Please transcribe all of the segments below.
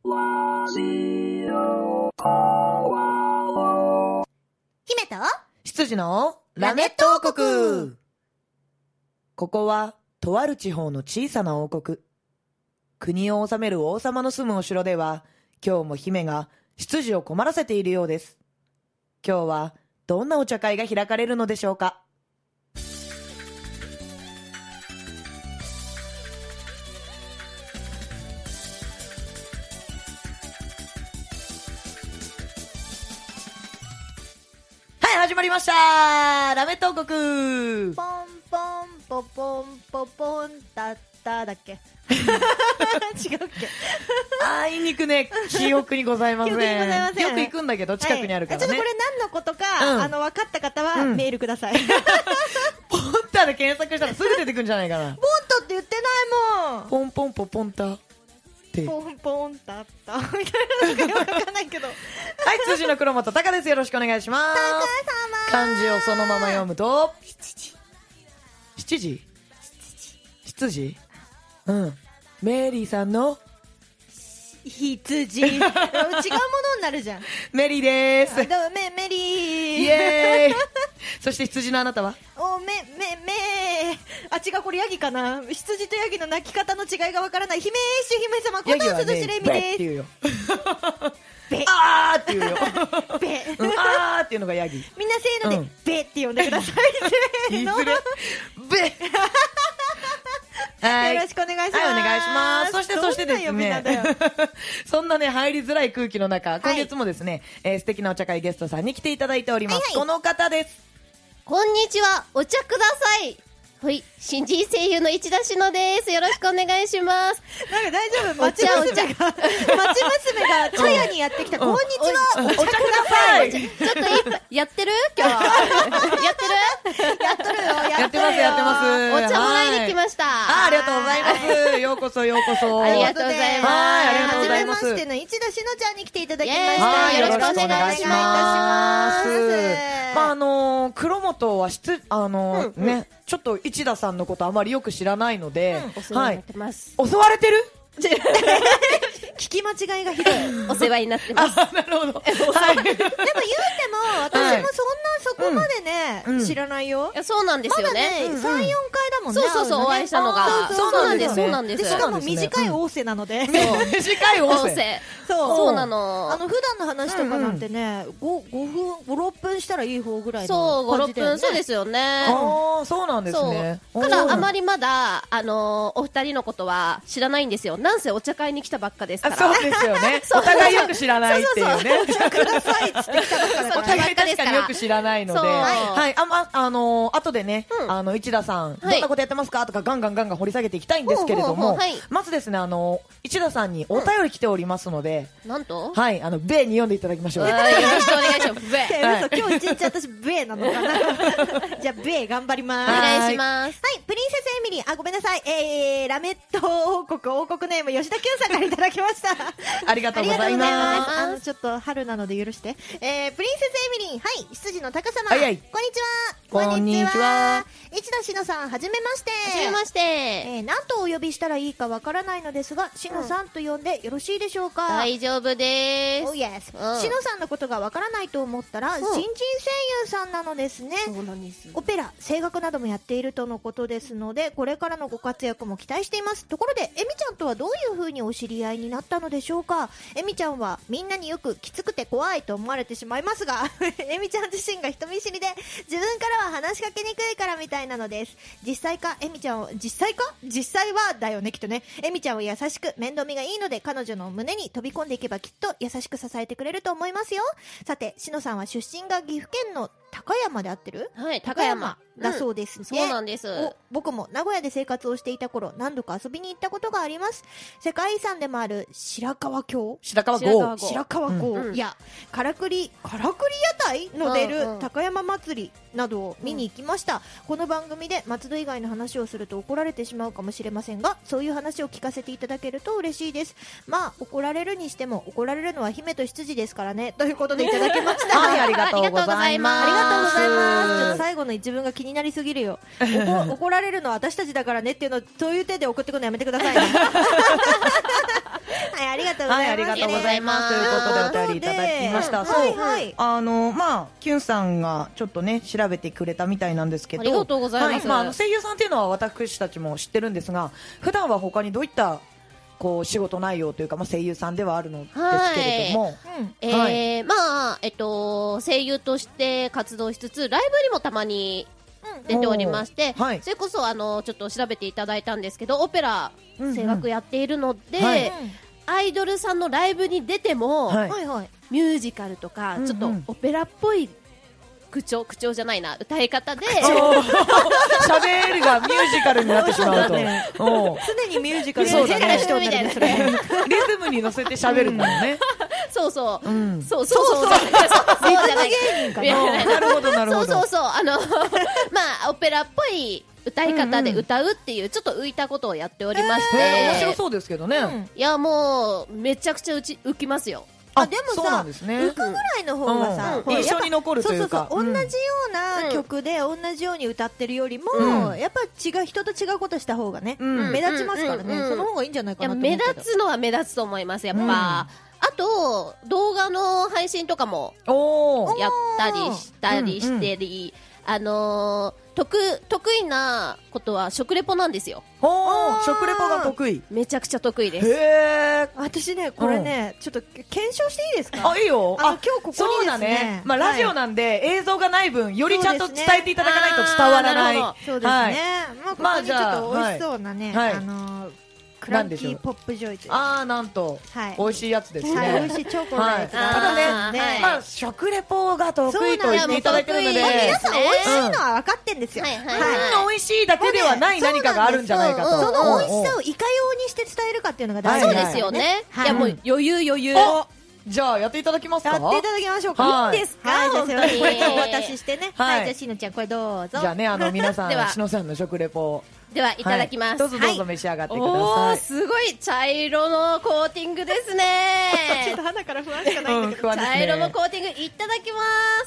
姫と羊のラメット王国。ここはとある地方の小さな王国。国を治める王様の住むお城では、今日も姫が執事を困らせているようです。今日はどんなお茶会が開かれるのでしょうか。始まりましたラメット王国。 ポンポンポポンポポンタッタだっけ違うっけ言いにくね、記憶にございません。 記憶にございません。 よく行くんだけど近くにあるからね、 ちょっとこれ何のことか、分かった方はメールください。 ポンタで検索したらすぐ出てくるんじゃないかな。 ポンタって言ってないもん。 ポンポンポポンタポンポンタッタみたいなのが分かんないけど。はい、 辻の黒本隆です。よろしくお願いします。漢字をそのまま読むと7時羊メリーさんの羊違うものになるじゃん。 メリーでーす。 メリーイエーイそして羊のあなたは違う、これヤギかな。羊とヤギの鳴き方の違いがわからない姫主姫様こと鈴しれみです。 ベって言うよ。 ベあーって言うよ。 ベあーっていうのがヤギ。 みんなせーので、ベって呼んでください。せーのベはい、 よろしくお願いします。 はい、お願いします。そしてですね、そんなね、入りづらい空気の中、今月もですね、素敵なお茶会ゲストさんに来ていただいております。この方です。 こんにちは、お茶ください。はい、新人声優の市田志乃です。よろしくお願いします。 なんか大丈夫、町娘が茶屋にやってきた。こんにちは、お茶ください。 ちょっとやってる今日は。やってるよ。 やってます。 お茶もらいに来ました。 ありがとうございます。ようこそ。 ありがとうございます。 ありがとうございます。 はじめましての市田志乃ちゃんに来ていただきました。 よろしくお願いします。 黒本はね、ちょっと市田さんのことあまりよく知らないので、 お世話になってます。 襲われてる？ 聞き間違いがひどい。 お世話になってます。 なるほど。でも言うても私もそこまでね知らないよ。 そうなんですよね。 まだね3、4回だもんね。 そうお会いしたのが。 そうなんです。 しかも短い仰せなので。 短い仰せ。 そうなの。 普段の話とかなんてね、5分、5、6分したらいい方ぐらいそう、5、6 の感じだよね。 分、そうですよね。 そうなんですね。 からあまりまだ、お二人のことは知らないんですよ。なんせお茶会に来たばっかですから。 そうですよね。お互いよく知らないっていうね。 お茶くださいっつって来たばっかだから。 お互い確かによく知らないので。はい。後でね、市田さん、どんなことやってますかとかガンガン掘り下げていきたいんですけれども、まずですね、市田さんにお便り来ておりますので、 なんとはい、ベイに読んでいただきましょう。 よろしくお願いします。ベイ。 今日一日私ベイなのかな。じゃあベイ頑張ります。 お願いします。 はい、プリンセスエミリー、ごめんなさい。ラメット王国ネーム吉田久さんからいただきました。 ありがとうございます。ちょっと春なので許して。プリンセスエミリー、はい、羊の高様。 はい。 こんにちは。 こんにちは。 市田志乃さん、はじめまして。 はじめまして。 何とお呼びしたらいいかわからないのですが、志乃さんと呼んでよろしいでしょうか？ 大丈夫です。 Oh yes。志乃さんのことがわからないと思ったら、新人声優さんなのですね。 そうなんです。 オペラ、声楽などもやっているとのことですので、これからのご活躍も期待しています。ところで、エミちゃんとはどういう風にお知り合いになったのでしょうか？エミちゃんはみんなによくきつくて怖いと思われてしまいますが、エミちゃん自身が人見知りで、自分からは話しかけにくいからみたいなのです。実際はだよね、きっとね。エミちゃんは優しく面倒見がいいので、彼女の胸に飛び込んでいけばきっと優しく支えてくれると思いますよ。さて、志乃さんは出身が岐阜県の高山で合ってる？ はい、高山だそうですね。 そうなんです。 僕も名古屋で生活をしていた頃、何度か遊びに行ったことがあります。世界遺産でもある白川郷やからくり屋台の出る高山祭りなどを見に行きました。この番組で松戸以外の話をすると怒られてしまうかもしれませんが、そういう話を聞かせていただけると嬉しいです。まあ怒られるにしても、怒られるのは姫と羊ですからね、ということでいただきました。 はい、ありがとうございます。 ありがとうございます。ちょっと最後の自分が気になりすぎるよ。怒られるのは私たちだからねっていうのをそういう手で送ってくるのやめてくださいね。はい、ありりがとうございます。 はい、ありがとうございます。ということでお便りいただきました。そう、 はい、 キュンさんがちょっとね、調べてくれたみたいなんですけど。 ありがとうございます。 はい、声優さんっていうのは私たちも知ってるんですが、普段は他にどういったこう仕事内容というか、声優さんではあるのですけれども、 声優として活動しつつライブにもたまに出ておりまして、 はい、 それこそちょっと調べていただいたんですけど、オペラ声楽やっているので、 はい、 アイドルさんのライブに出ても、 はい、 ミュージカルとか、ちょっとオペラっぽい口調じゃないな、歌い方で喋りがミュージカルになってしまうと、 常にミュージカルそうだね、 みたいな、それリズムに乗せて喋るもんね。 そうそう、そうじゃない芸人かな。 なるほどなるほど。 そうオペラっぽい歌い方で歌うっていうちょっと浮いたことをやっておりまして、 面白そうですけどね。 いやもうめちゃくちゃ浮きますよ。 でもさ、浮くぐらいの方がさ、 印象に残るというか、 同じような曲で同じように歌ってるよりも、やっぱ人と違うことした方がね、目立ちますからね、その方がいいんじゃないかなと思うけど。 目立つのは目立つと思います、やっぱ。あと動画の配信とかもやったりしたりしてり、得意なことは食レポなんですよ。 食レポが得意。 めちゃくちゃ得意です。 私ね、これね、ちょっと検証していいですか？ いいよ。 今日ここにですね。 そうだね。ラジオなんで映像がない分、よりちゃんと伝えていただかないと伝わらない。 そうですね。ここにちょっと美味しそうなね、クランキーポップジョイという。 なんと、美味しいやつですね。 美味しいチョコがただね、食レポが得意と言っていただいてるので、 皆さん美味しいのは分かってんですよ。 美味しいだけではない何かがあるんじゃないかと。 その美味しさをいかようにして伝えるかっていうのが大事そうですよね。いやもう余裕。 じゃあやっていただきますか。 やっていただきましょうか。 いいですか。 じゃあこれお渡ししてね。はい、じゃあしのちゃんこれどうぞ。 じゃあね、皆さんしのさんの食レポではいただきます。 どうぞ召し上がってください。 すごい茶色のコーティングですね。 ちょっと鼻から不安しかないんだけど。 茶色のコーティングいただきます。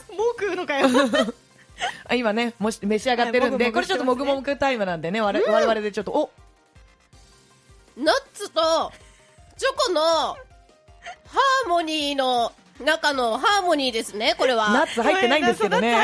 もう食うのかよ。 今ね、もし召し上がってるんで、これちょっともぐもぐタイムなんでね、我々でちょっとナッツとチョコのハーモニーの中のハーモニーですね、これは。 ナッツ入ってないんですけどね。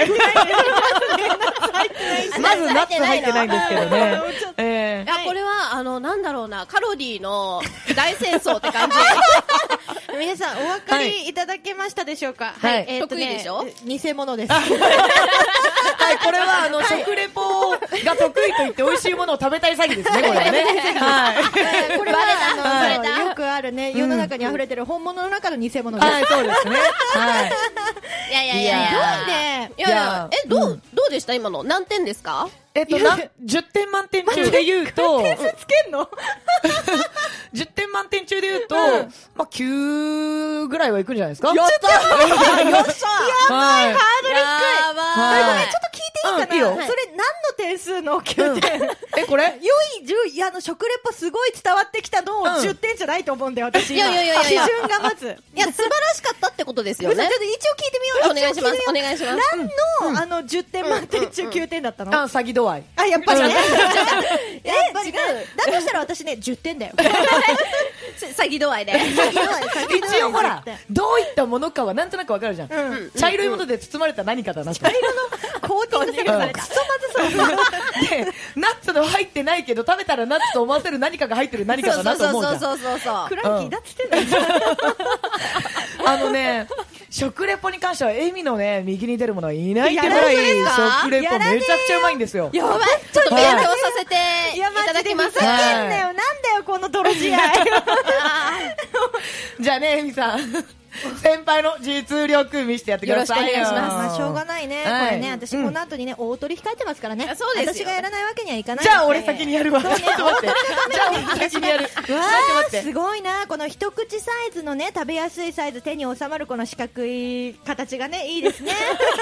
まずナッツ入ってないんですけどね。 これはなんだろうな、カロリーの大戦争って感じ。 皆さんお分かりいただけましたでしょうか。 はい、得意でしょ。 偽物です。 はい、これは食レポが得意と言って美味しいものを食べたい詐欺ですね、これはね。はい。 これはよくあるね、世の中に溢れてる本物の中の偽物です。 はい、そうですね。はい。 いや、どうでした今の？何点ですか ？10点満点中で言うと、 点数つけんの ？10点満点中で言うと、9ぐらいはいくんじゃないですか？ やったよっしゃやばい、ハードル低い。 ごめん、ちょっと聞いていいかな？それ何の点数の9点？ これ？ 食レポすごい伝わってきたのを10点じゃないと思うんだよ、私。 いや基準がまず。 いや、素晴らしかったってことですよね。 ちょっと一応聞いてみようよ。 お願いします。お願いします。 何の10点満点中9点だったの？ 詐欺度合い。 やっぱりね。 違う。 だとしたら私ね、10点だよ。 詐欺度合いで。 一応ほら、どういったものかはなんとなくわかるじゃん。茶色いもので包まれた何かだなと。 茶色のコーティングされた。クソまずそう。 で、ナッツの入ってないけど、食べたらナッツと思わせる何かが入ってる何かだなと思うじゃん。 そう。 クランキーだっつってんだよ。食レポに関しては、エミのね、右に出るものはいないってぐらい、食レポめちゃくちゃうまいんですよ。 やばい。ちょっと勉強させていただきます。 ふざけんなよ。なんだよ、この泥試合。 じゃあね、エミさん。先輩の実力見せてやってくださいよ。 よろしくお願いします。 まあしょうがないね。これね、私この後にね、大取り控えてますからね。 そうですよ。 私がやらないわけにはいかない。 じゃあ俺先にやるわ。ちょっと待って。じゃあ俺先にやる。待って。 すごいな。この一口サイズのね、食べやすいサイズ、手に収まるこの四角い形がね、いいですね。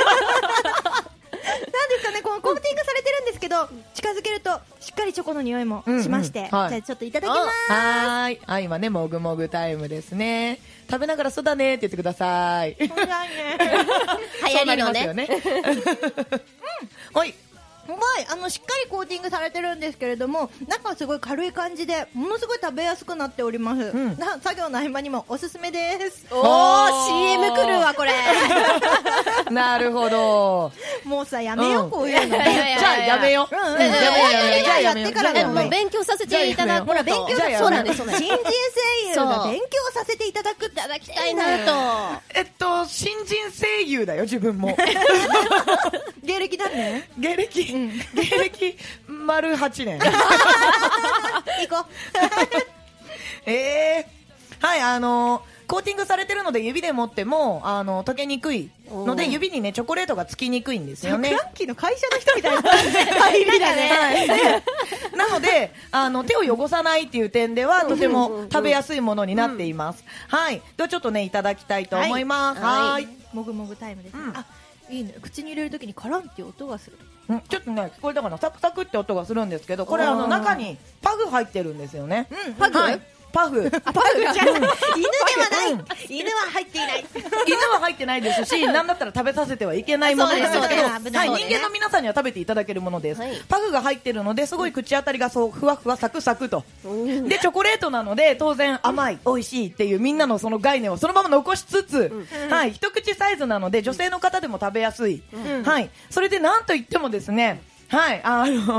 なんですかね、このコーティングされてるんですけど、近づけるとしっかりチョコの匂いもしまして、じゃあちょっといただきます。 はい、今ね、もぐもぐタイムですね。食べながらそうだねって言ってください。 そうだね。 流行りのね。 はい。 しっかりコーティングされてるんですけれども、中はすごい軽い感じでものすごい食べやすくなっております、作業の合間にもおすすめです。 おー CM 来るわこれなるほど。 もうさやめよう、こういうの。 じゃあやめよう。 じゃあやってからでも勉強させていただく。 ほら勉強じゃあそうなんです。 新人声優が勉強させていただきたいなと。新人声優だよ自分も。 芸歴だね。 芸歴丸8年。 行こう。 はい、コーティングされてるので指で持っても溶けにくいので、指にねチョコレートがつきにくいんですよね。 クランキーの会社の人みたいな入りだね。 なので手を汚さないっていう点ではとても食べやすいものになっています。はい。ではちょっとねいただきたいと思います。はい。 もぐもぐタイムですね。あ、いいね。口に入れるときにカランって音がする。 ちょっとね聞こえたかな、サクサクって音がするんですけど、これ中にパグ入ってるんですよね。 パグ？ パフ。 パフじゃ犬ではない。犬は入っていない。 犬は入ってないですし、なんだったら食べさせてはいけないものなんですけど、はい、人間の皆さんには食べていただけるものです。パフが入ってるので、すごい口当たりがそうふわふわサクサクと。で、チョコレートなので、当然甘い、美味しいっていうみんなのその概念をそのまま残しつつ、はい、一口サイズなので、女性の方でも食べやすい。はい。それでなんといってもですね、はい、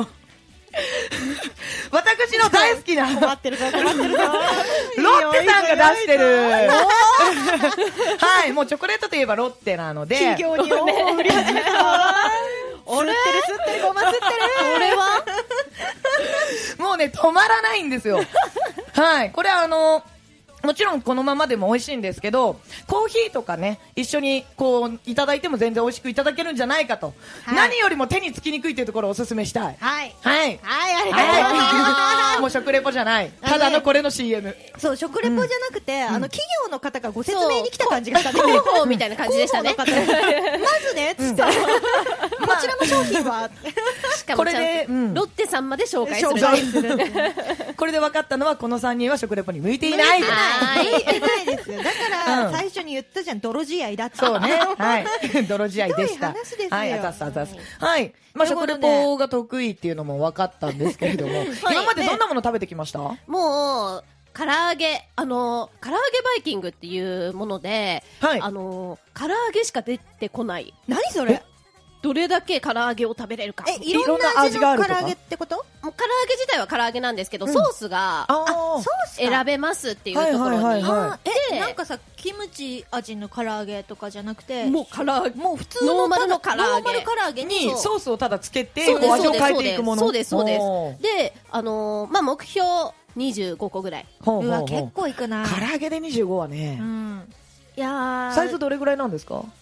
私の大好きな困ってるぞロッテさんが出してるはい、もうチョコレートといえばロッテなので、 企業に大振り始めた。吸ってるごま吸ってる。 これはもうね止まらないんですよ。はい、これもちろんこのままでも美味しいんですけど、コーヒーとかね一緒にこういただいても全然美味しくいただけるんじゃないかと、はい、何よりも手につきにくいというところをおすすめしたい。 はいはいはい、ありがとうございます。 もう食レポじゃない、ただのこれの CM。 そう、食レポじゃなくて、企業の方がご説明に来た感じがしたね。 広報みたいな感じでしたね。 まずねつって、こちらの商品はしかもちゃんとロッテさんまで紹介する。 これで分かったのはこの3人は食レポに向いていない。 ないです。だから最初に言ったじゃん、泥仕合だって。 そうね、はい、泥仕合でした。はい、あざすあざす。はい、まあ食レポが得意っていうのも分かったんですけれども、今までどんなもの食べてきました？ もう唐揚げ、唐揚げバイキングっていうもので、 はい、 唐揚げしか出てこない。 何それ？ どれだけ唐揚げを食べれるか。 いろんな味の唐揚げってこと？ もう唐揚げ自体は唐揚げなんですけど、ソースが選べますっていうところに。 なんかさ、キムチ味の唐揚げとかじゃなくて、 もう唐揚げ、 もう普通のノーマルの唐揚げにソースをただつけて味を変えていくもの。 そうですそうです。で、まあ目標25個ぐらい。 うわ、結構いくな。 唐揚げで25はね。 いやサイズどれぐらいなんですか？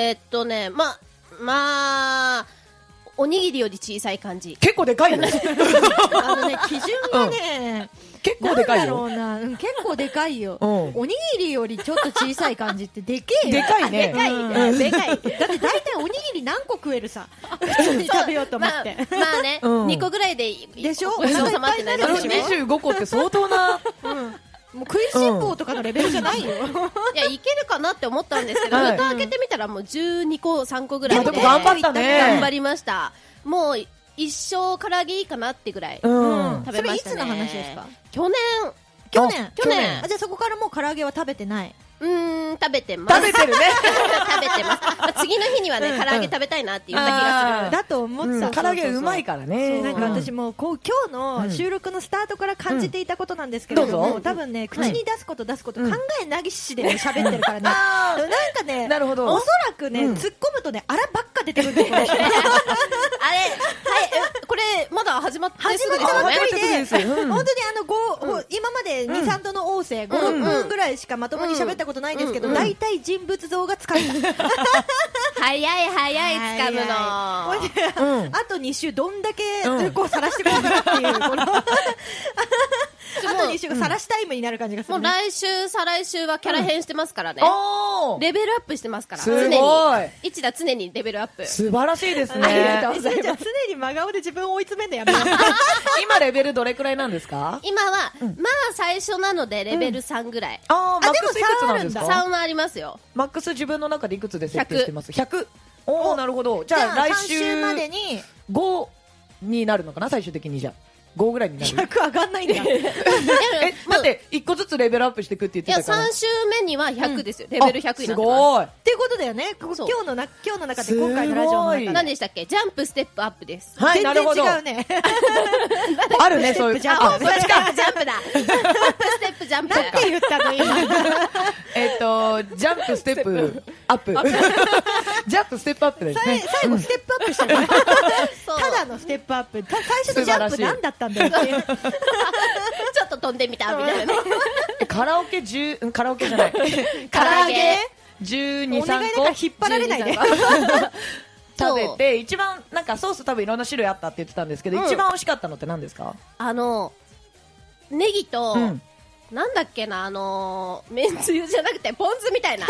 まあおにぎりより小さい感じ。 結構でかいよね。 基準がね、 結構でかいよ。 結構でかいよ。おにぎりよりちょっと小さい感じってでけえよ。 でかいね。 でかい。だって大体おにぎり何個食えるさ。普通に食べようと思って。 まあね、2個ぐらいででしょ。 ごちそうさまってなりますよね。 25個って相当な。 もう食いしん坊とかのレベルじゃないよ。 いや、いけるかなって思ったんですけど、蓋開けてみたらもう12個3個ぐらいで頑張ったね。 頑張りました。もう一生唐揚げいいかなってぐらい食べましたね。 それいつの話ですか？ 去年。 じゃあそこからもう唐揚げは食べてない？ 食べてます。 食べてるね。 食べてます。次の日にはね、唐揚げ食べたいなって言った気がする。 だと思ってた。 唐揚げうまいからね。 なんか私も今日の収録のスタートから感じていたことなんですけれども、多分ね、口に出すこと考えなぎしで喋ってるからね。なんかね、おそらくね、突っ込むとね、あらばっか出てくるんですよ。あれ、はい、 これまだ始まってすぐですよね。本当に今まで2、3度の音声、5、6分ぐらいしかまともに喋ったことないんですけど、大体人物像がつかめた。 早いつかむの。 あと2週どんだけこう晒してくるかっていうこのあと2週が晒しタイムになる感じがする。 もう来週再来週はキャラ変してますからね。レベルアップしてますから。 すごい。 一打常にレベルアップ。 素晴らしいですね。 ありがとうございます。じゃあ常に真顔で自分を追い詰めるのやめよう。 今レベルどれくらいなんですか？ 今はまあ最初なのでレベル3ぐらい。 マックスいくつなんですか ？3はありますよ。 マックス自分の中でいくつで設定してます？100。おお、なるほど。じゃあ来週までに 5 になるのかな最終的に。じゃあ5ぐらいになる。 100上がんないんだ。 だって1個ずつレベルアップしていくって言っていや、 たから。 3週目には100ですよ。レベル100になってます。 すごい。 っていうことだよね。 そう今日の中で、今回のラジオの中で。 何でしたっけ？ジャンプステップアップです。 はい、なるほど。 全然違うね。 あるね、そういう。 ジャンプあ、そっちか。ジャンプだ。ステップジャンプ。 なんて言ったの今。 ジャンプステップアップ。ジャンプステップアップですね。 最後ステップアップしたの。 そうただのステップアップ。最初のジャンプ何だったんだよっていう。 ちょっと飛んでみたみたいなね。 カラオケじゃない。 唐揚げ 12、 お願いだ 3個から引っ張られないで。 食べて、一番なんかソース多分いろんな種類あったって言ってたんですけど、一番美味しかったのって何ですか？ ネギと、 うんなんだっけな、めんつゆじゃなくてポン酢みたいな。 で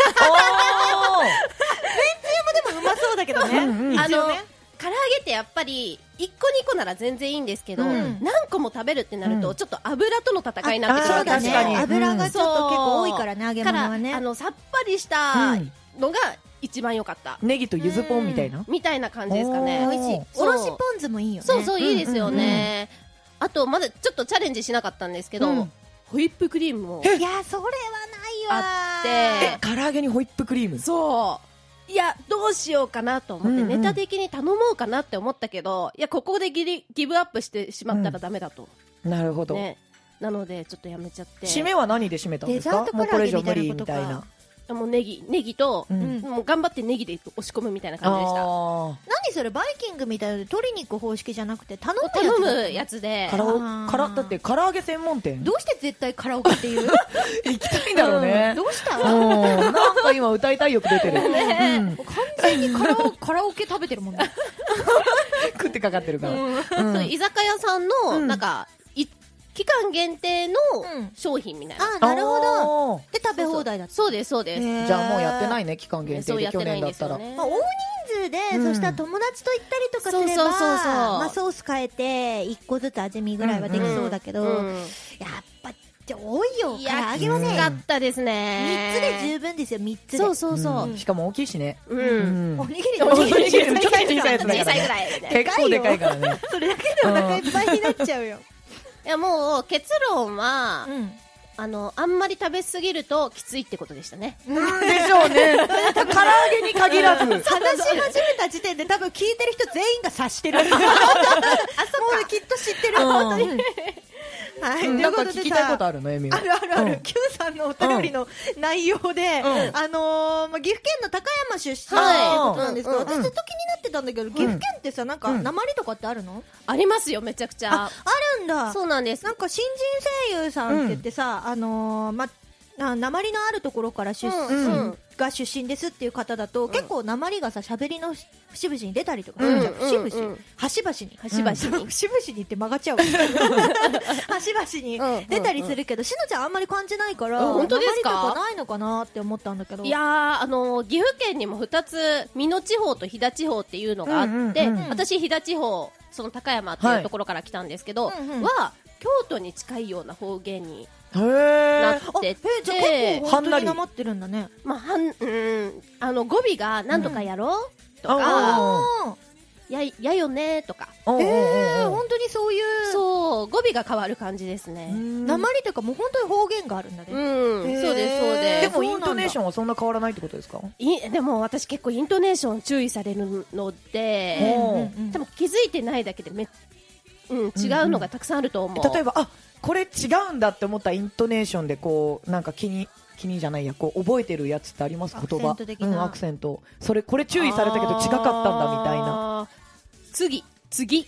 もうまそうだけどね。一応ね。 唐揚げってやっぱり1個2個なら全然いいんですけど、 うん何個も食べるってなると、ちょっと油との戦いになってくるそうだわけですよ。 ね。油がちょっと結構多いからね、揚げか物はね。 らさっぱりしたのが一番良かったネギと柚子ポンみたいな。 みたいな感じですかね。 美味しい。 そうおろしポン酢もいいよね。 そうそう、いいですよね。あとまだちょっとチャレンジしなかったんですけど、ホイップクリームもいや、それはないわ。 あって唐揚げにホイップクリーム。 そういや、どうしようかなと思って、 うんうんネタ的に頼もうかなって思ったけど、いや、ここでギブアップしてしまったらダメだと。 なるほど。 ね。なので、ちょっとやめちゃって。 締めは何で締めたんですか？ デザートもうこれ以上無唐揚げ理みたいみたいなことかな。 もうネギと、 うんもう頑張ってネギで押し込むみたいな感じでした。 あ何それ、バイキングみたいな鶏肉方式じゃなくて頼むやつ頼むやつでーだって唐揚げ専門店どうして絶対カラオケっていう行きたいんだろうね。 どうしたなんか今歌いたい欲出てる。うん完全にカラオケ食べてるもんね。 食ってかかってるから。 そう居酒屋さんの、なんか、期間限定のうん商品みたいな。 あ、なるほど。 ど。 で、食べ放題だった。 そうです、そうです。 じゃあもうやってないね、期間限定で去そうやってない年だったら。 んですよね。 まあ、大人数で、 うんそしたら友達と行ったりとかすれば、 そうそうそうそうまあ、ソース変えて、1個ずつ味見ぐらいはできそうだけど、 うんやっぱ、多いよ。 い唐や、 揚げはね、 きつかったです 3 ね。 つで十分ですよ、3つで。 そうそうそう。 しかも大きいしね。 うん。 おにぎりおにぎりちょっと小さいやつだから小さいぐね。 らい。 結構でかいからね。 それだけでお腹いっぱいになっちゃうよ。 いや、もう、結論は、 うん。 あんまり食べ過ぎるときついってことでしたね。 でしょうね。唐揚げに限らず。 話し始めた時点で多分聞いてる人全員が察してる。もうきっと知ってる。本当に。はい。といなんかうことで聞きたいことさ、 あるのエミは。 あるあるある。Q さんのお便りの内容で、まあ岐阜県の高山出身っていうことなんですけど、私ずっと気になってたんだけど、岐阜県ってさ、なんか、鉛とかってあるの？ ありますよ、めちゃくちゃ。 あるんだ。 そうなんです。 なんか新人声優さんって言ってさ、鉛のあるところから出身ですっていう方だと、結構鉛がさ、喋りの節々に出たりとかするじゃん。節々。端々に。 端々に節々にって曲がっちゃうわ。端々に出たりするけど、しのちゃんあんまり感じないから、 本当ですか？ 鉛とかないのかなって思ったんだけど。 いやー、岐阜県にも2つ、美濃地方と飛騨地方っていうのがあって、私、飛騨地方、その高山っていうところから来たんですけど、は、京都に近いような方言になってて、 じゃあ結構本当になまってるんだね。 まあ、語尾が何とかやろうとか、やよねとか、 本当にそういう、 そう、語尾が変わる感じですね。 鉛とかもう本当に方言があるんだね。 そうです、そうです。 でもイントネーションはそんな変わらないってことですか？ でも私結構イントネーション注意されるので、多分気づいてないだけで違うのがたくさんあると思う。 例えば、これ違うんだって思ったイントネーションでこうなんか気にじゃないや、こう覚えてるやつってあります？言葉。アクセント。これ注意されたけど違かったんだみたいな。 次。 次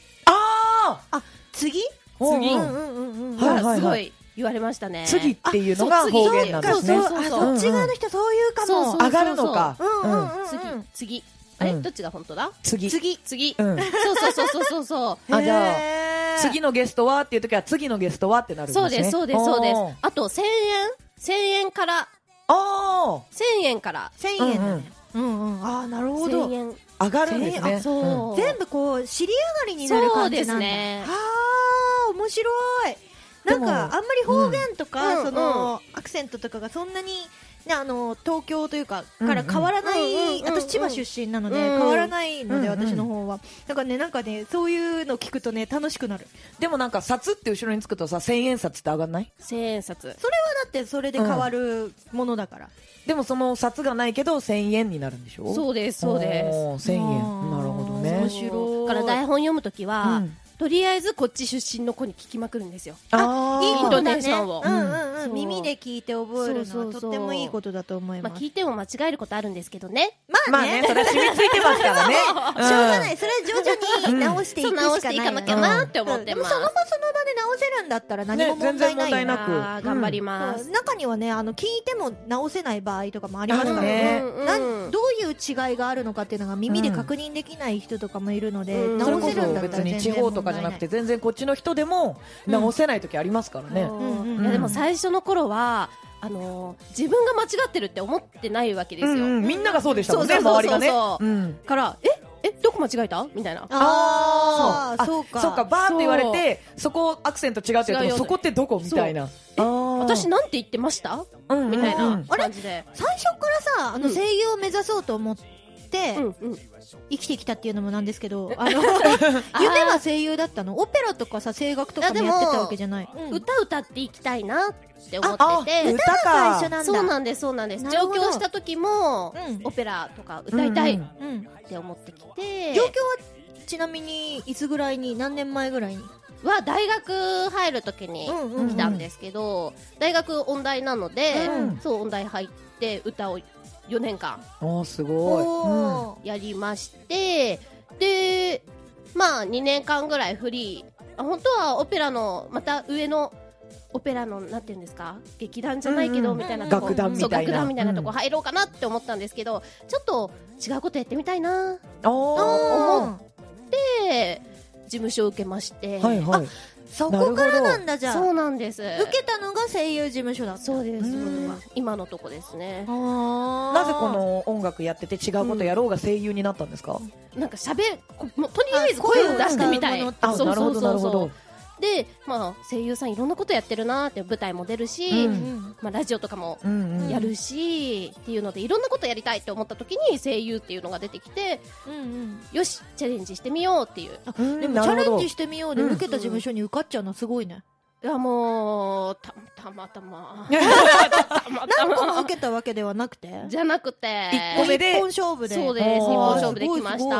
すごい言われましたね。 次っていうのが方言なんですね。 そっち側の人そういうかも。 上がるのか。 次。あれどっちが本当だ？ 次。 そう。 じゃあ、次のゲストはっていう時は次のゲストはってなるんですね。 そうです。あと、1000円から。 1000円だね。ああ、なるほど。 1000円。 上がるんですね。 全部こう、尻上がりになる感じなんだ。 そうですね。 面白い。 なんかあんまり方言とか、そのアクセントとかがそんなに、ね、東京というかから変わらない、私千葉出身なので変わらないので、私の方はだからね、なんかね、そういうの聞くとね楽しくなる。 でもなんか札って後ろにつくとさ、1000円札って上がんない？ 1000 円札、 それはだってそれで変わるものだから、 でもその札がないけど1000円になるんでしょ？ そうですそうです。 1000円、なるほどね。 面白い。 だから台本読むときは、とりあえずこっち出身の子に聞きまくるんですよ。 いいことだね。 イントネーションを耳で聞いて覚えるのはとってもいいことだと思います。 聞いても間違えることあるんですけどね。 まあね、それは染みついてますからね。 しょうがない。それは徐々に直していくしかない。 直していかなきゃなって思ってます。 その場その場で直せるんだったら何も問題ないなく頑張ります。 中にはね、聞いても直せない場合とかもありますからね。どういう違いがあるのかっていうのが耳で確認できない人とかもいるので、直せるんだったら全然問題ない。別に地方とかじゃなくて全然こっちの人でも直せない時ありますからね。 いやでも最初の頃は自分が間違ってるって思ってないわけですよ。 みんながそうでしたもんね、周りがね。 からどこ間違えたみたいな。 そうか。 そうか、バーって言われて、そこアクセント違うって言うと、そこってどこみたいな。 私なんて言ってましたみたいな感じで。 最初からさ、声優を目指そうと思って生きてきたっていうのもなんですけど、夢は声優だったの？オペラとかさ、声楽とかもやってたわけじゃない？ 歌っていきたいなって思ってて。 歌が最初なんだ。 そうなんですそうなんです。上京した時もオペラとか歌いたいって思ってきて。 上京はちなみにいつぐらいに、何年前ぐらいには大学入る時に来たんですけど、大学音大なので、そう音大入って歌を4年間すごいやりまして、でまあ2年間ぐらいフリー、本当はオペラのまた上のオペラのなんていうんですか、劇団じゃないけどみたいなとこ、 楽団みたいなとこ入ろうかなって思ったんですけど、ちょっと違うことやってみたいな思って事務所を受けまして、 そこからなんだ。じゃあそうなんです。 受けたのが声優事務所だった。 そうです。今のとこですね。 なぜこの音楽やってて違うことやろうが声優になったんですか？ なんかとりあえず声を出してみたい。 なるほどなるほど。 で、声優さんいろんなことやってるなーって、舞台も出るし、ラジオとかもやるしっていうので、いろんなことやりたいって思った時に声優っていうのが出てきて、よしチャレンジしてみようっていう。 でもチャレンジしてみようで受けた事務所に受かっちゃうのはすごいね。 いやもうたまたま何個も受けたわけではなくて、 じゃなくて 1個目で一本勝負で。 そうです、一本勝負できました。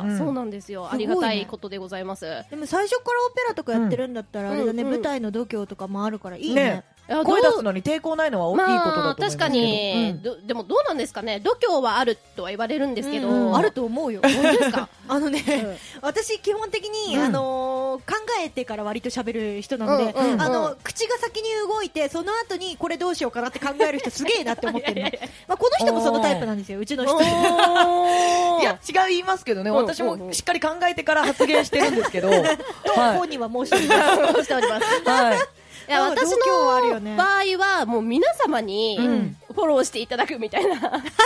そうなんですよ、ありがたいことでございます。 でも最初からオペラとかやってるんだったらあれだね、舞台の度胸とかもあるからいいね。 声出すのに抵抗ないのは大きいことだと思いますけど。 確かに、でもどうなんですかね、度胸はあるとは言われるんですけど、 あると思うよ。 本当ですか？ 私基本的に考えてから割と喋る人なので、口が先に動いてその後にこれどうしようかなって考える人すげえなって思ってるの。この人もそのタイプなんですよ、うちの人。 いや違う言いますけどね、私もしっかり考えてから発言してるんですけど、 本人は申しております。 いや、私の場合はもう皆様にフォローしていただくみたいな感じになって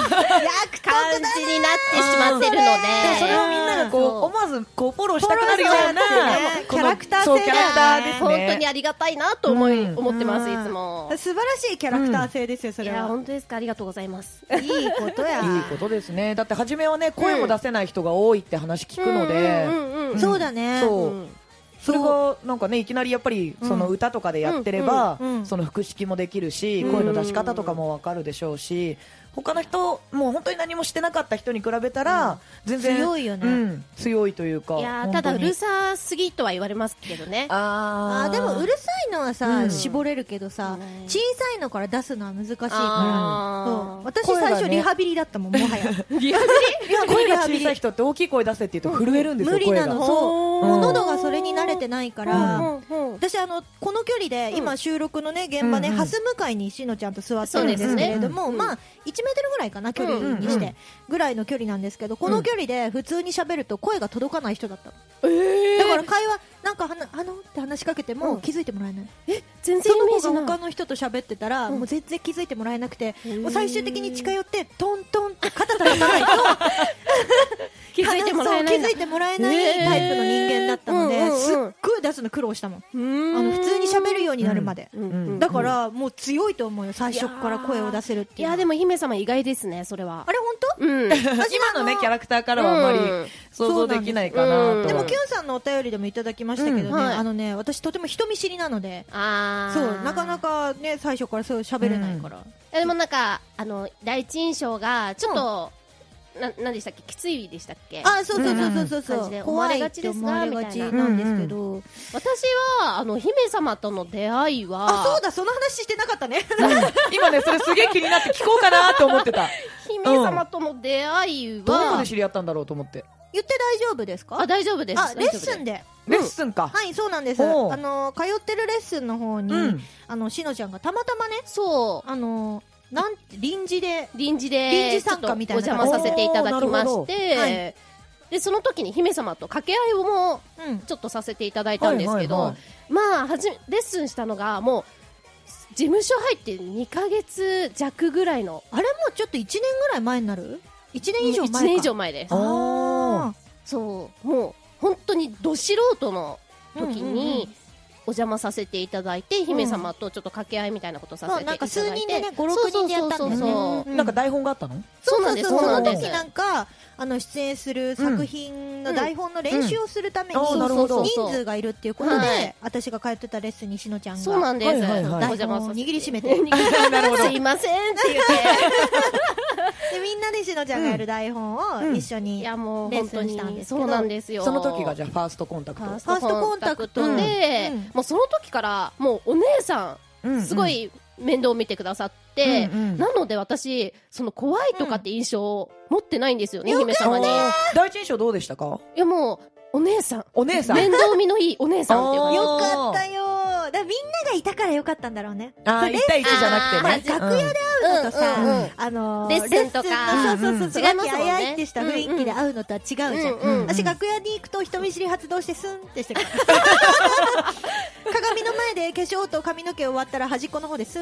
しまってるので、 それをみんなが思わずフォローしたくなるようなキャラクター性が本当にありがたいなと思ってます。いつも素晴らしいキャラクター性ですよ、それは。 いや本当ですか、ありがとうございます。 いいことや。 いいことですね。だって初めはね、声も出せない人が多いって話聞くので、 そうだね。 それがなんかね、いきなりやっぱりその歌とかでやってればその腹式もできるし、声の出し方とかもわかるでしょうし、他の人もう本当に何もしてなかった人に比べたら全然強いよね。 強いというか。 いやただうるさすぎとは言われますけどね。 でもうるさいのはさ絞れるけどさ、小さいのから出すのは難しいから。私最初リハビリだったもん、もはや。 リハビリ？ 声が小さい人って大きい声出せって言うと震えるんですよ。 無理なの。そう、喉がそれに慣れてないから。私この距離で今収録のね現場ね、ハス向かいにしのちゃんと座ってるんですけれども、まあ1メートルぐらいかな、距離にしてぐらいの距離なんですけど、この距離で普通に喋ると声が届かない人だったの。だから会話なんかって話しかけても気づいてもらえない。 全然イメージない。 その子が他の人と喋ってたらもう全然気づいてもらえなくて、もう最終的に近寄ってトントンって肩叩かないと気づいてもらえないんだ。 気づいてもらえないタイプの人間だったので、すっごい出すの苦労したもん。普通に喋るようになるまで。だからもう強いと思うよ、最初から声を出せるっていう。 いやでも姫様意外ですね、それは。 あれ本当？ 今のねキャラクターからはあまり想像できないかなと。 でもキュンさんのお便りでもいただきましたけどね、私とても人見知りなので、そうなかなかね最初からそう喋れないから。 でもなんか第一印象がちょっと何でしたっけ、きついでしたっけ。 そう思われがちですがみたいななんですけど、 私は姫様との出会いは、 そうだ、その話してなかったね。 今ねそれすげえ気になって聞こうかなと思ってた。 姫様との出会いはどこで知り合ったんだろうと思って。 言って大丈夫ですか？ 大丈夫です。 レッスンで。 レッスンか。 はい、そうなんです。通ってるレッスンの方にしのちゃんがたまたまね、臨時参加みたいなお邪魔させていただきまして、でその時に姫様と掛け合いをもちょっとさせていただいたんですけど、まあレッスンしたのがもう事務所入って2ヶ月弱ぐらいの、 あれもうちょっと1年ぐらい前になる？1年以上前か。 1年以上前です。そう、もう本当にど素人の時にお邪魔させていただいて、姫様とちょっと掛け合いみたいなことさせていただいて、 数人でね、5、6人でやったんだよね。 なんか台本があったの？ そうなんです。 その時なんか出演する作品の台本の練習をするために人数がいるっていうことで、私が通ってたレッスンにしのちゃんがそうなんです。 台本を握りしめて、すいませんって言ってでみんなでしのちゃんがやる台本を一緒にレッスンしたんですけど、 そうなんですよ。 その時がじゃあファーストコンタクト。 ファーストコンタクトで、もうその時からもうお姉さんすごい面倒を見てくださって、なので私その怖いとかって印象を持ってないんですよね、姫様に。 第一印象どうでしたか？ いやもうお姉さん面倒見のいいお姉さんっていうか、 よかったよ。だからみんながいたからよかったんだろうね。 1対1じゃなくてね、 楽屋で会うのとさ、 レッスンとか違いますもんね。あいってした雰囲気で会うのとは違うじゃん。私楽屋に行くと人見知り発動してスンってしてから鏡の前で化粧と髪の毛終わったら端っこの方でスン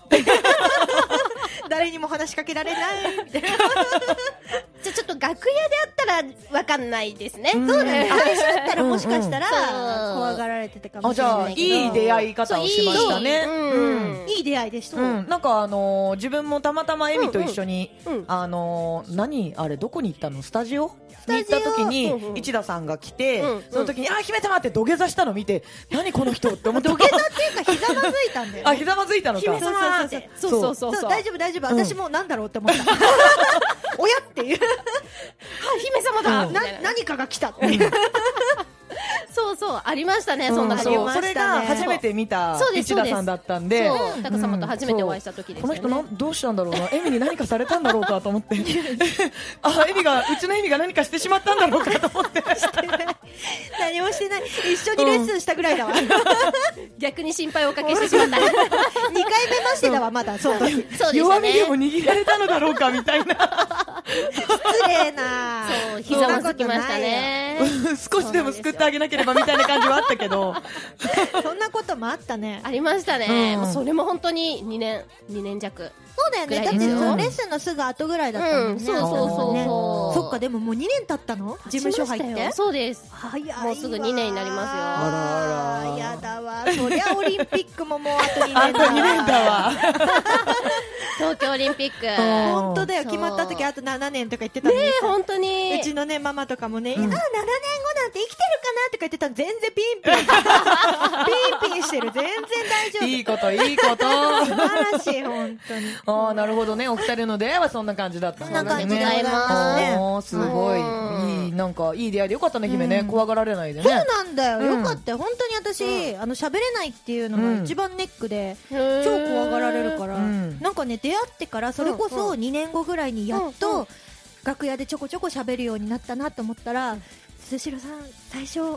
誰にも話しかけられないみたいな。 じゃあちょっと楽屋で会ったら分かんないですね。 そうだね。最初だったらもしかしたら怖がられてたかもしれないけど。 じゃあいい出会い方をしましたね。 いい出会いでした。 なんか自分もたまたまエミと一緒に何あれどこに行ったの？スタジオに行った時に市田さんが来て、その時に姫様って土下座したの見て、何この人って思って。 土下座っていうかひざまずいたんだよね。 ひざまずいたのか。 姫様って。そう大丈夫大丈夫。私もなんだろうって思った。親っていう。 姫様だ。 何かが来たっていう。 そうありましたね。そんなそれが初めて見た市田さんだったんで、 タカ様と初めてお会いした時ですよね。 この人どうしたんだろうな、エミに何かされたんだろうかと思って、うちのエミが何かしてしまったんだろうかと思って。 何もしてない。一緒にレッスンしたぐらいだわ。 逆に心配をおかけしてしまった。2回目ましてだわ、まだ。そうですね。 弱みでも握られたのだろうかみたいな。 失礼な。 そう、ひざまずきましたね。 少しでも救ってあげなければみたいな感じはあったけど。 そんなこともあったね。 ありましたね。それも本当に2年弱。 そうだよね。だってレッスンのすぐ後ぐらいだったもんね。 そう。 そっか、でももう2年経ったの？事務所入って？ そうです。 早いわ。 もうすぐ2年になりますよ。 あらやだわ。そりゃオリンピックももうあと2年だわ。 あと2年だわ。 東京オリンピック。 本当だよ。決まった時あと7年とか言ってたのに。 ね、本当に。 うちのねママとかもね、7年後なんて生きてるかなとか言ってたの全然ピンしてる。全然大丈夫。 いいこと素晴らしい本当に。 なるほどね。お二人の出会いはそんな感じだったんですね。 そんな感じでございますね。すごいなんかいい出会いでよかったね、姫ね。怖がられないでね。 そうなんだよ。よかったよ。本当に私喋れないっていうのが一番ネックで超怖がられるから、なんかね出会ってからそれこそ2年後ぐらいにやっと楽屋でちょこちょこ喋るようになったなと思ったら、鈴代さん最初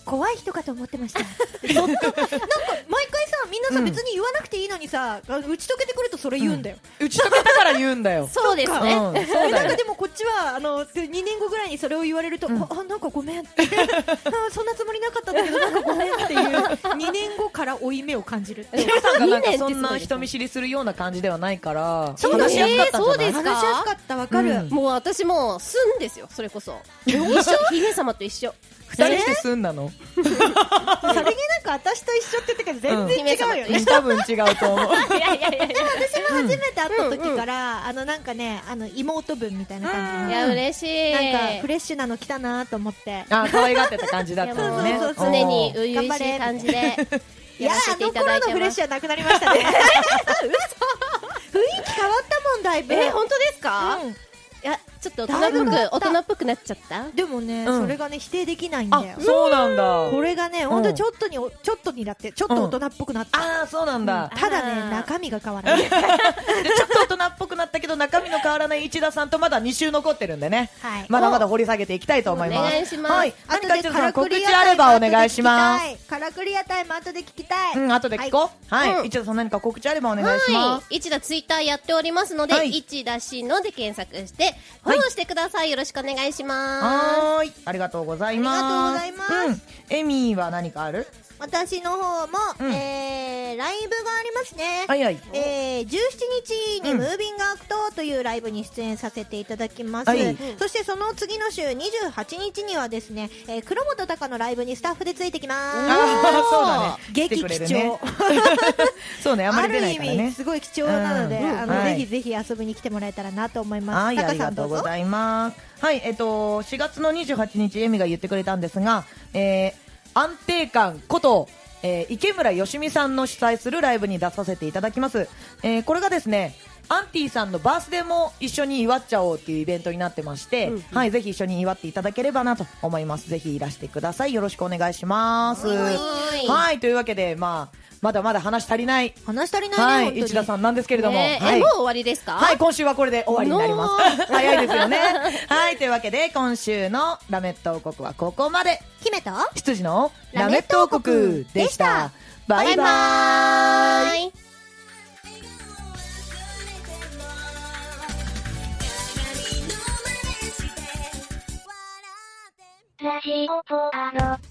怖い人かと思ってました。なんか毎回さ、みんなさ、別に言わなくていいのにさ、打ち解けてくるとそれ言うんだよ。 打ち解けたから言うんだよ。 そうですね。 そうだよ。 なんかでもこっちは2年後ぐらいにそれを言われると、なんかごめんってそんなつもりなかったんだけど、なんかごめんっていう2年後から負い目を感じる。 皆さんがなんかそんな人見知りするような感じではないから、 そうだね、 話しやすかったんじゃない？ そうですか。 話しやすかった、わかる。 もう私もすんですよ、それこそ。一緒、姫様と一緒。 二人して済んだの？ それになんか私と一緒って言ったけど全然違うよね。 多分違うと思う。 いやいやいやいや。 私も初めて会った時からなんかね妹分みたいな感じで、 いや嬉しい。 なんかフレッシュなの来たなと思って。 可愛がってた感じだったのね。 常に初々しい感じでやらせていただいてます。 のフレッシュはなくなりましたね。嘘。雰囲気変わったもんだいぶ。 本当ですか？いや、ちょっと大人っぽくなっちゃった。 でもね、それがね否定できないんだよ。 そうなんだ。 これがね、本当にちょっとにだってちょっと大人っぽくなった。 そうなんだ。 ただね、中身が変わらない。 ちょっと大人っぽくなったけど中身の変わらない市田さんとまだ2週残ってるんでね。まだまだ掘り下げていきたいと思います。 お願いします。 はい。何か市田さん告知あればお願いします。 カラクリアタイム後で聞きたい。 後で聞こう。はい。市田さん何か告知あればお願いします。 市田ツイッターやっておりますので、市田氏ので検索してフォローしてください。よろしくお願いします。 はい。ありがとうございます。 ありがとうございます。 エミは何かある？ 私の方も、ライブがありますね。 はいはい。 17日にムービングアクトというライブに出演させていただきます。そしてその次の週28日にはですね、黒本隆のライブにスタッフでついてきます。 そうだね。 激貴重。 そうね、あんまり出ないからね。 ある意味すごい貴重なので、ぜひぜひ遊びに来てもらえたらなと思います。 はい、ありがとうございます。はい、4月の28日エミが言ってくれたんですが、安定感こと池村よしみさんの主催するライブに出させていただきます。これがですね、アンティさんのバースデーも一緒に祝っちゃおうっていうイベントになってまして、はい、ぜひ一緒に祝っていただければなと思います。ぜひいらしてください。よろしくお願いします。はい、というわけで、まだまだ話足りない。はい、市田さんなんですけれども。 もう終わりですか？ はい、今週はこれで終わりになります。早いですよね。はい、というわけで、今週のラメット王国はここまで。 姫と羊のラメット王国でした。バイバーイ。 ラジオポアロ